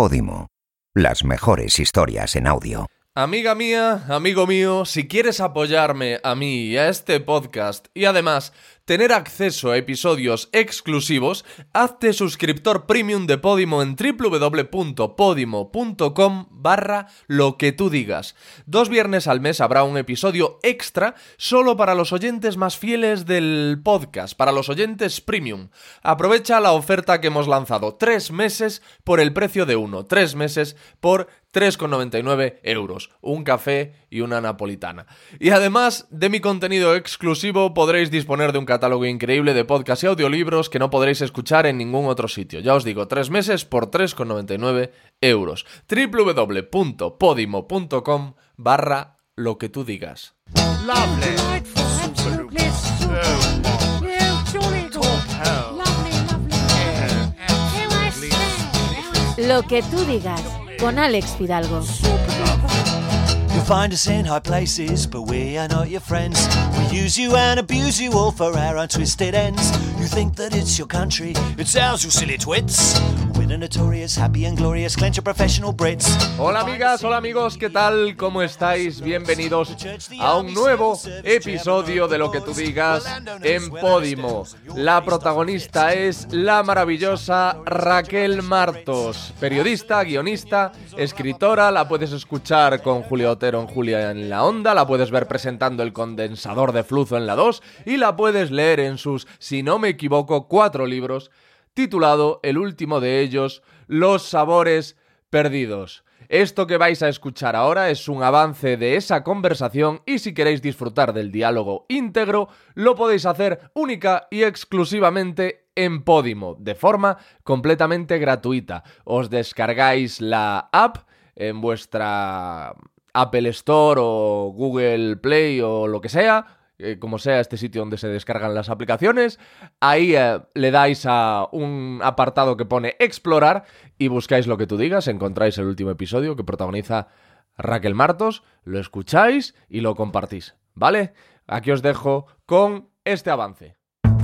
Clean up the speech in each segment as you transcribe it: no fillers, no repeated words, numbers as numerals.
Podimo. Las mejores historias en audio. Amiga mía, amigo mío, si quieres apoyarme a mí y a este podcast y además tener acceso a episodios exclusivos, hazte suscriptor premium de Podimo en www.podimo.com/lo-que-tú-digas. 2 viernes al mes habrá un episodio extra solo para los oyentes más fieles del podcast, para los oyentes premium. Aprovecha la oferta que hemos lanzado, 3 meses por el precio de uno, 3 meses por 3,99 euros, un café y una napolitana. Y además de mi contenido exclusivo, podréis disponer de un catálogo increíble de podcasts y audiolibros que no podréis escuchar en ningún otro sitio. Ya os digo, 3 meses por 3,99 euros. www.podimo.com/lo-que-tú-digas. Lo que tú digas, con Alex Fidalgo. You'll find us in high places, but we are not your friends. We use you and abuse you all for our untwisted ends. You think that it's your country, it's ours, you silly twits. We're the notorious, happy and glorious, clench of professional Brits. Hola amigas, hola amigos, ¿qué tal? ¿Cómo estáis? Bienvenidos a un nuevo episodio de Lo que tú digas en Podimo. La protagonista es la maravillosa Raquel Martos, periodista, guionista, escritora. La puedes escuchar con Julio Otero en Julia en la Onda, la puedes ver presentando El condensador de flujo en la 2 y la puedes leer en sus, si no me equivoco, 4 libros, titulado el último de ellos, Los sabores perdidos. Esto que vais a escuchar ahora es un avance de esa conversación y si queréis disfrutar del diálogo íntegro, lo podéis hacer única y exclusivamente en Podimo, de forma completamente gratuita. Os descargáis la app en vuestra Apple Store o Google Play o lo que sea, como sea este sitio donde se descargan las aplicaciones. Ahí le dais a un apartado que pone explorar y buscáis Lo que tú digas, encontráis el último episodio que protagoniza Raquel Martos, lo escucháis y lo compartís, ¿vale? Aquí os dejo con este avance.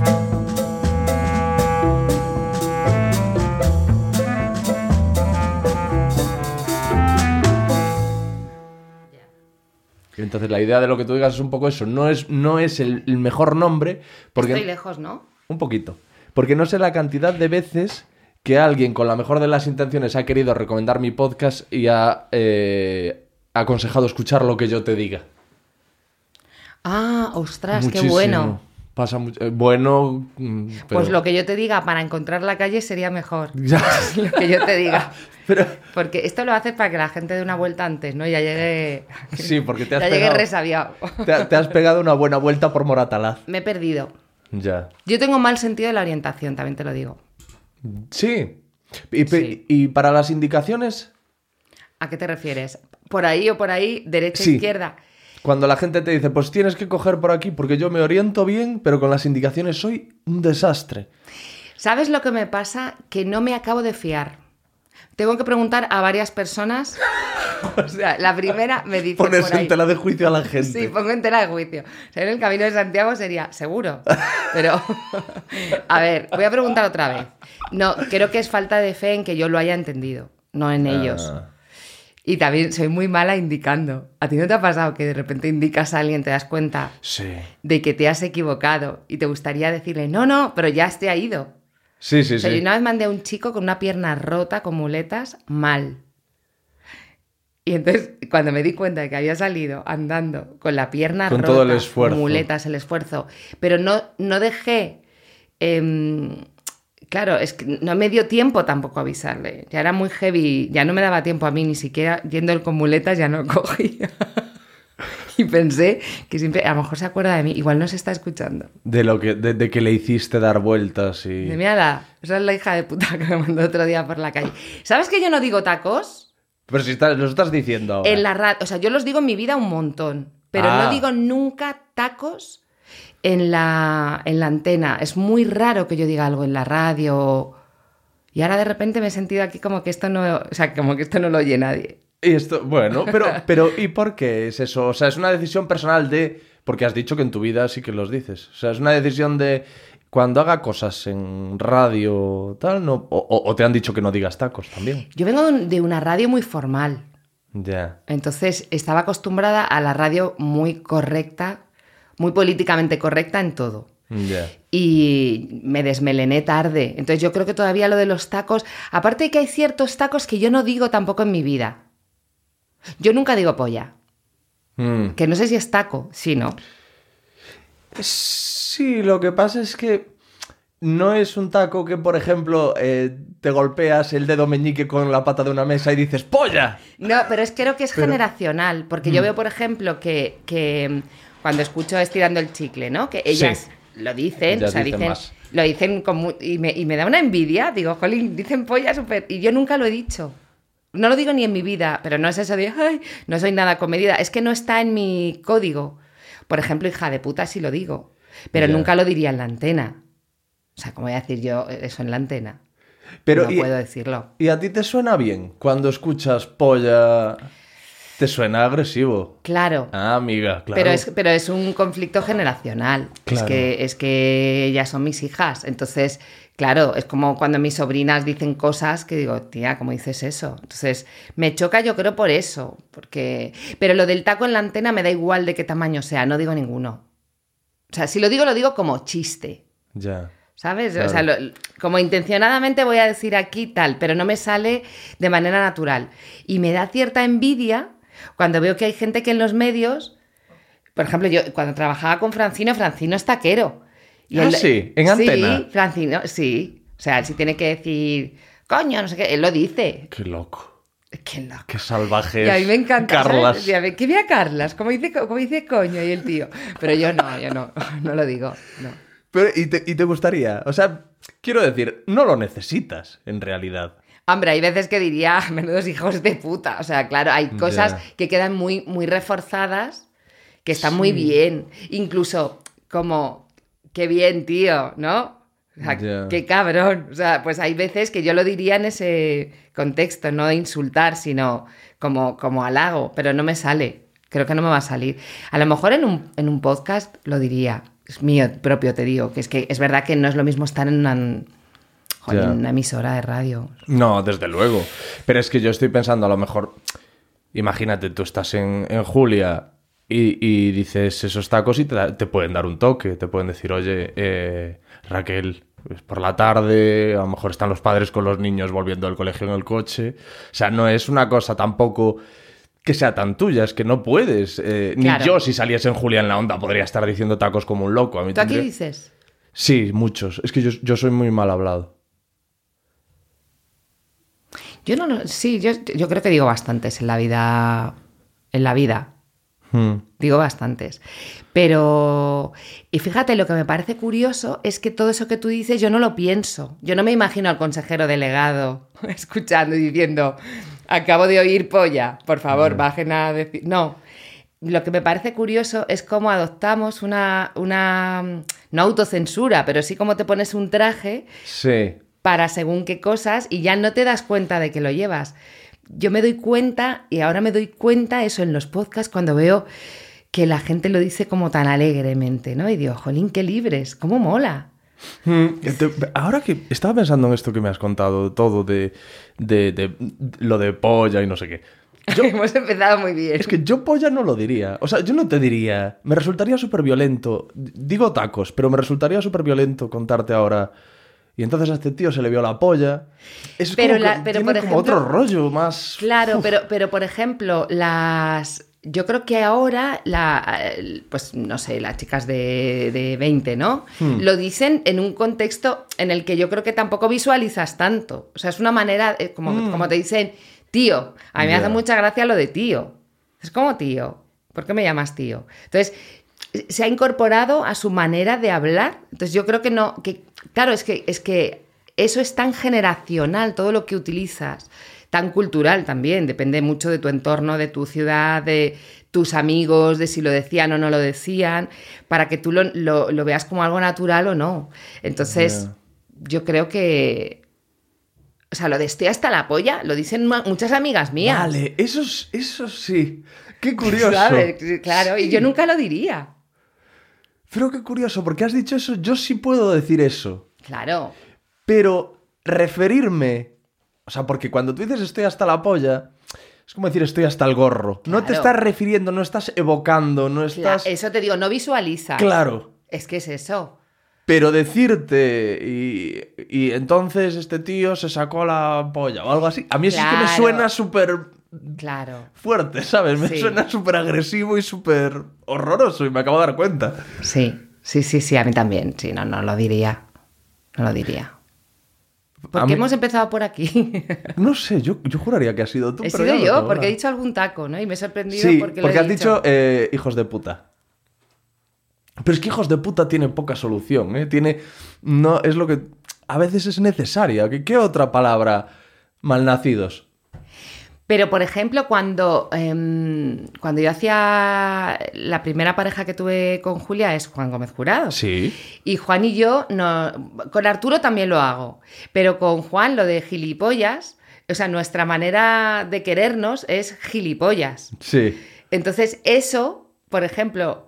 Entonces la idea de Lo que tú digas es un poco eso, no es el mejor nombre porque... Estoy lejos, ¿no? Un poquito. Porque no sé la cantidad de veces que alguien con la mejor de las intenciones ha querido recomendar mi podcast y ha aconsejado escuchar Lo que yo te diga. Ah, ostras, Muchísimo. qué bueno. Pasa mucho. Bueno, pero... Pues Lo que yo te diga para encontrar la calle sería mejor. Ya. Lo que yo te diga. Pero... Porque esto lo haces para que la gente dé una vuelta antes, ¿no? Ya llegue... Sí, porque te has ya pegado... llegue resabiado. Te has pegado una buena vuelta por Moratalaz. Me he perdido. Ya. Yo tengo mal sentido de la orientación, también te lo digo. Sí. Sí. ¿Y para las indicaciones? ¿A qué te refieres? ¿Por ahí o por ahí? ¿Derecha, Sí. izquierda? Cuando la gente te dice, pues tienes que coger por aquí porque yo me oriento bien, pero con las indicaciones soy un desastre. ¿Sabes lo que me pasa? Que no me acabo de fiar. Tengo que preguntar a varias personas. O sea, la primera me dice Pones por ahí. en tela de juicio a la gente. Sí, pongo en tela de juicio. O sea, en el Camino de Santiago sería seguro. Pero, a ver, voy a preguntar otra vez. No, creo que es falta de fe en que yo lo haya entendido, no en ellos. Y también soy muy mala indicando. ¿A ti no te ha pasado que de repente indicas a alguien, te das cuenta Sí. de que te has equivocado y te gustaría decirle, no, pero ya te ha ido? Sí, sí, O sea, sí. yo una vez mandé a un chico con una pierna rota, con muletas, mal. Y entonces, cuando me di cuenta de que había salido andando con la pierna Con rota, todo el esfuerzo. muletas, el esfuerzo, pero no dejé... claro, es que no me dio tiempo tampoco avisarle. Ya era muy heavy, ya no me daba tiempo a mí, ni siquiera yendo él con muletas ya no cogía. Y pensé que siempre, a lo mejor se acuerda de mí, igual no se está escuchando. De que le hiciste dar vueltas y... De mira, esa es la hija de puta que me mandó otro día por la calle. ¿Sabes que yo no digo tacos? Pero si lo estás diciendo ahora. En la radio, o sea, yo los digo en mi vida un montón, pero no digo nunca tacos en la antena. Es muy raro que yo diga algo en la radio. Y ahora de repente me he sentido aquí como que esto no, o sea, como que esto no lo oye nadie. Y esto, bueno, pero ¿y por qué es eso? O sea, es una decisión personal de... Porque has dicho que en tu vida sí que los dices. O sea, es una decisión de... cuando haga cosas en radio, tal, no, o te han dicho que no digas tacos también. Yo vengo de una radio muy formal. Ya. Entonces estaba acostumbrada a la radio muy correcta, muy políticamente correcta en todo. Ya. Y me desmelené tarde. Entonces yo creo que todavía lo de los tacos... Aparte de que hay ciertos tacos que yo no digo tampoco en mi vida. Yo nunca digo polla. Que no sé si es taco. Sí, ¿no? Sí, lo que pasa es que no es un taco que, por ejemplo, te golpeas el dedo meñique con la pata de una mesa y dices ¡polla! No, pero creo que es generacional. Porque yo veo, por ejemplo, que cuando escucho Estirando el Chicle, ¿no? Que ellas lo dicen, Ellas o sea, dicen más. lo dicen y me da una envidia. Digo, jolín, dicen polla súper... Y yo nunca lo he dicho. No lo digo ni en mi vida, pero no es eso de, ay, no soy nada comedida. Es que no está en mi código. Por ejemplo, hija de puta sí lo digo, pero nunca lo diría en la antena. O sea, ¿cómo voy a decir yo eso en la antena? Pero, no puedo decirlo. ¿Y a ti te suena bien cuando escuchas polla? ¿Te suena agresivo? Claro. Ah, amiga, claro. Pero es un conflicto generacional. Claro. Es que ellas son mis hijas. Entonces, claro, es como cuando mis sobrinas dicen cosas que digo, tía, ¿cómo dices eso? Entonces, me choca yo creo por eso. Pero lo del taco en la antena me da igual de qué tamaño sea, no digo ninguno. O sea, si lo digo como chiste. Ya. ¿Sabes? Claro. O sea, como intencionadamente voy a decir aquí tal, pero no me sale de manera natural. Y me da cierta envidia cuando veo que hay gente que en los medios, por ejemplo, yo cuando trabajaba con Francino es taquero. Y sí, en antena. Sí, Francino, sí. O sea, él sí tiene que decir, coño, no sé qué, él lo dice. Qué loco. Qué loco. Qué salvaje. Y a mí me encanta. Carlas. ¿Sabes? ¿Qué vea Carlas? Como dice coño y el tío. Pero yo no lo digo, no. Pero, ¿y te gustaría? O sea, quiero decir, no lo necesitas, en realidad. Hombre, hay veces que diría, menudos hijos de puta. O sea, claro, hay cosas que quedan muy, muy reforzadas, que están muy bien. Incluso como, qué bien, tío, ¿no? O sea, qué cabrón. O sea, pues hay veces que yo lo diría en ese contexto, no de insultar, sino como halago, pero no me sale. Creo que no me va a salir. A lo mejor en un podcast lo diría. Es mío propio, te digo, que es verdad que no es lo mismo estar en una emisora de radio. No, desde luego. Pero es que yo estoy pensando, a lo mejor, imagínate, tú estás en Julia y dices esos tacos y te pueden dar un toque, te pueden decir, oye, Raquel, es por la tarde, a lo mejor están los padres con los niños volviendo del colegio en el coche. O sea, no es una cosa tampoco que sea tan tuya, es que no puedes. Claro. Ni yo, si saliese en Julia en la Onda, podría estar diciendo tacos como un loco. A mí ¿Tú aquí dices? Sí, muchos. Es que yo soy muy mal hablado. Yo no, sí, yo creo que digo bastantes en la vida. Digo bastantes. Pero, y fíjate, lo que me parece curioso es que todo eso que tú dices yo no lo pienso. Yo no me imagino al consejero delegado escuchando y diciendo, acabo de oír polla, por favor, bajen a decir... No, lo que me parece curioso es cómo adoptamos una no autocensura, pero sí como te pones un traje para según qué cosas y ya no te das cuenta de que lo llevas. Yo me doy cuenta, y ahora me doy cuenta eso en los podcasts cuando veo que la gente lo dice como tan alegremente, ¿no? Y digo, jolín, qué libres, cómo mola. Ahora que estaba pensando en esto que me has contado, todo de lo de polla y no sé qué. Hemos empezado muy bien. Es que yo polla no lo diría. O sea, yo no te diría, me resultaría súper violento. Digo tacos, pero me resultaría súper violento contarte ahora... Y entonces a este tío se le vio la polla. Es pero como que tiene por como ejemplo, otro rollo más... Claro, pero por ejemplo, yo creo que ahora, pues no sé, las chicas de 20, ¿no? Lo dicen en un contexto en el que yo creo que tampoco visualizas tanto. O sea, es una manera, como te dicen, tío. A mí me hace mucha gracia lo de tío. Es como tío. ¿Por qué me llamas tío? Entonces... se ha incorporado a su manera de hablar. Entonces yo creo claro, es que eso es tan generacional, todo lo que utilizas, tan cultural también, depende mucho de tu entorno, de tu ciudad, de tus amigos, de si lo decían o no lo decían, para que tú lo veas como algo natural o no. Entonces yo creo que... O sea, lo de estoy hasta la polla, lo dicen muchas amigas mías. Vale, eso sí. Qué curioso. ¿Sabes? Claro, y yo nunca lo diría. Pero qué curioso, porque has dicho eso, yo sí puedo decir eso. Claro. Pero referirme... O sea, porque cuando tú dices estoy hasta la polla, es como decir estoy hasta el gorro. Claro. No te estás refiriendo, no estás evocando, no estás... Eso te digo, no visualizas. Claro. Es que es eso. Pero decirte y entonces este tío se sacó la polla o algo así, a mí sí que me suena súper Claro. fuerte, ¿sabes? Me suena súper agresivo y súper horroroso y me acabo de dar cuenta. Sí, a mí también. Sí, no lo diría. No lo diría. ¿Por qué hemos empezado por aquí? No sé, yo juraría que has sido tú. He pero sido ya yo, no, porque he ¿verdad? dicho algún taco, ¿no? Y me he sorprendido Sí, porque porque lo he has dicho. dicho hijos de puta. Pero es que hijos de puta tiene poca solución, ¿eh? No, es lo que a veces es necesaria. ¿Qué otra palabra? Malnacidos. Pero, por ejemplo, cuando yo hacía la primera pareja que tuve con Julia es Juan Gómez Jurado. Sí. Y Juan y yo, con Arturo también lo hago, pero con Juan lo de gilipollas, o sea, nuestra manera de querernos es gilipollas. Sí. Entonces, eso, por ejemplo,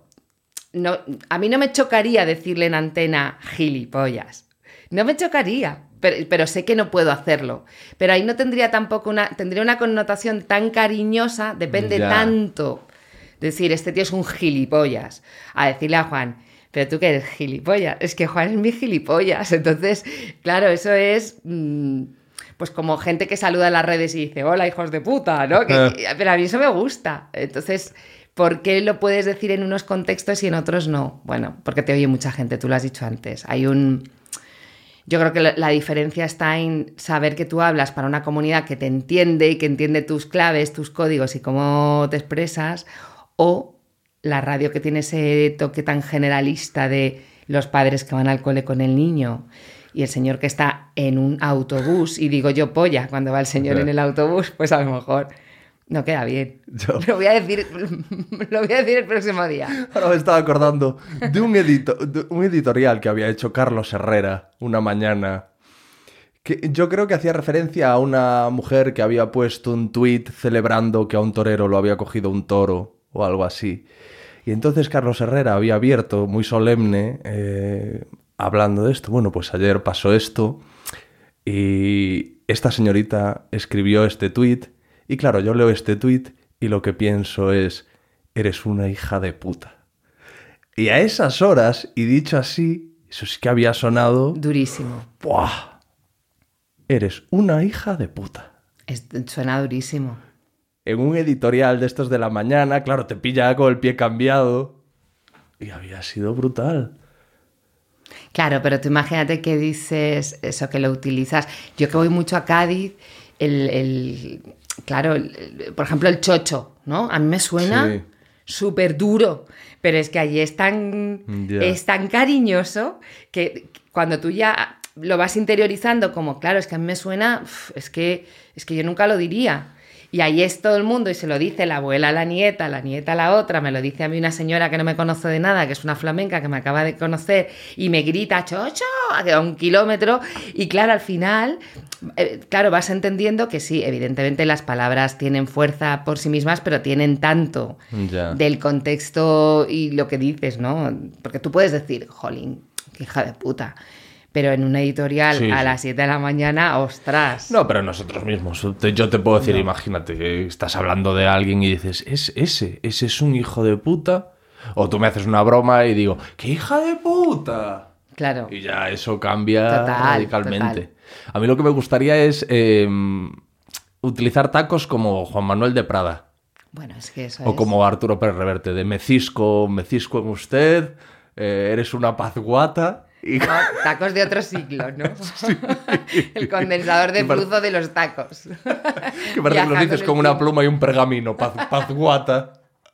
a mí no me chocaría decirle en antena gilipollas. No me chocaría. Pero sé que no puedo hacerlo. Pero ahí no tendría tampoco tendría una connotación tan cariñosa, depende tanto. Decir, este tío es un gilipollas. A decirle a Juan, pero tú que eres gilipollas. Es que Juan es mi gilipollas. Entonces, claro, eso es pues como gente que saluda en las redes y dice, hola, hijos de puta, ¿no? Pero a mí eso me gusta. Entonces, ¿por qué lo puedes decir en unos contextos y en otros no? Bueno, porque te oye mucha gente, tú lo has dicho antes. Yo creo que la diferencia está en saber que tú hablas para una comunidad que te entiende y que entiende tus claves, tus códigos y cómo te expresas, o la radio que tiene ese toque tan generalista de los padres que van al cole con el niño y el señor que está en un autobús, y digo yo polla cuando va el señor en el autobús, pues a lo mejor no queda bien. Lo voy a decir el próximo día. Ahora me estaba acordando de un editorial que había hecho Carlos Herrera una mañana, que yo creo que hacía referencia a una mujer que había puesto un tuit celebrando que a un torero lo había cogido un toro o algo así. Y entonces Carlos Herrera había abierto muy solemne hablando de esto. Bueno, pues ayer pasó esto y esta señorita escribió este tuit. Y claro, yo leo este tuit y lo que pienso es, eres una hija de puta. Y a esas horas, y dicho así, eso sí que había sonado... Durísimo. ¡Buah! Eres una hija de puta. Suena durísimo. En un editorial de estos de la mañana, claro, te pilla con el pie cambiado. Y había sido brutal. Claro, pero tú imagínate que dices eso, que lo utilizas. Yo que voy mucho a Cádiz, claro, por ejemplo, el chocho, ¿no? A mí me suena súper duro, pero es que allí es tan cariñoso que cuando tú ya lo vas interiorizando como, claro, es que a mí me suena, es que yo nunca lo diría. Y ahí es todo el mundo y se lo dice la abuela a la nieta a la otra, me lo dice a mí una señora que no me conoce de nada, que es una flamenca que me acaba de conocer y me grita chocho a 1 kilómetro y claro, al final, claro, vas entendiendo que sí, evidentemente las palabras tienen fuerza por sí mismas, pero tienen tanto del contexto y lo que dices, ¿no? Porque tú puedes decir, jolín, qué hija de puta. Pero en una editorial a las 7 de la mañana, ¡ostras! No, pero nosotros mismos. Yo te puedo decir, imagínate, que estás hablando de alguien y dices, ese es un hijo de puta. O tú me haces una broma y digo, ¡qué hija de puta! Claro. Y ya eso cambia radicalmente. Total. A mí lo que me gustaría es utilizar tacos como Juan Manuel de Prada. Bueno, es que eso o como Arturo Pérez Reverte, de me cisco en usted, eres una pazguata... No, tacos de otro siglo, ¿no? Sí. El condensador de flujo de los tacos. Que parece que lo dices con una pluma y un pergamino, pazguata.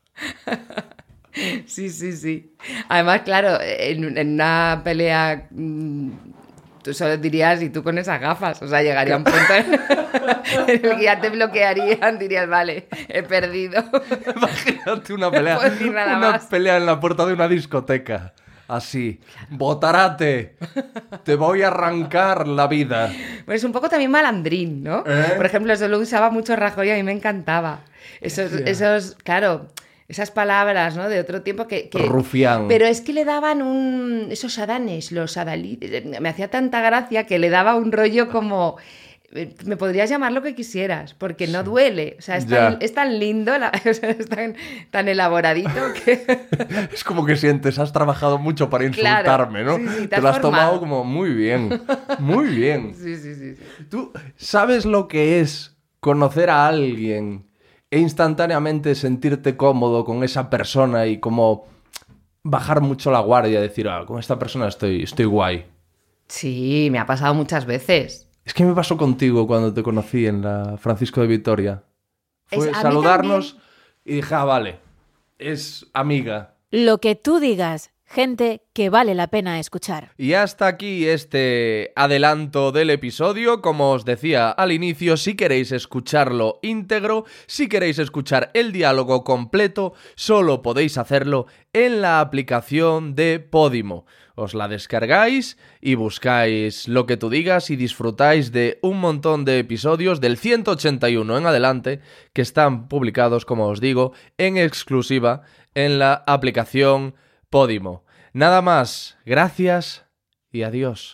Sí. Además, claro, en una pelea tú solo dirías, y tú con esas gafas, o sea, llegaría un punto en el que ya te bloquearían, dirías, vale, he perdido. Imagínate una pelea, no puedo decir nada más. Pelea en la puerta de una discoteca. Así, botarate, te voy a arrancar la vida. Pues es un poco también malandrín, ¿no? Por ejemplo, eso lo usaba mucho Rajoy y a mí me encantaba. Esos, claro, esas palabras, ¿no? De otro tiempo que... Rufián. Pero es que le daban esos adanes, los adalides, me hacía tanta gracia que le daba un rollo como... Me podrías llamar lo que quisieras, porque no duele. O sea, es tan lindo, o sea, es tan elaboradito que... Es como que sientes, has trabajado mucho para insultarme, claro, ¿no? Sí, te lo has tomado como muy bien, muy bien. Sí. ¿Tú sabes lo que es conocer a alguien e instantáneamente sentirte cómodo con esa persona y como bajar mucho la guardia y decir, con esta persona estoy guay? Sí, me ha pasado muchas veces. Es que me pasó contigo cuando te conocí en la Francisco de Vitoria. Fue saludarnos y dije, vale, es amiga. Lo que tú digas, gente que vale la pena escuchar. Y hasta aquí este adelanto del episodio. Como os decía al inicio, si queréis escucharlo íntegro, si queréis escuchar el diálogo completo, solo podéis hacerlo en la aplicación de Podimo. Os la descargáis y buscáis Lo que tú digas y disfrutáis de un montón de episodios del 181 en adelante que están publicados, como os digo, en exclusiva en la aplicación Podimo. Nada más, gracias y adiós.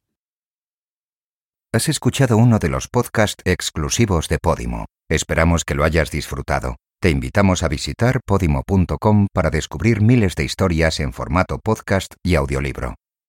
Has escuchado uno de los podcasts exclusivos de Podimo. Esperamos que lo hayas disfrutado. Te invitamos a visitar podimo.com para descubrir miles de historias en formato podcast y audiolibro.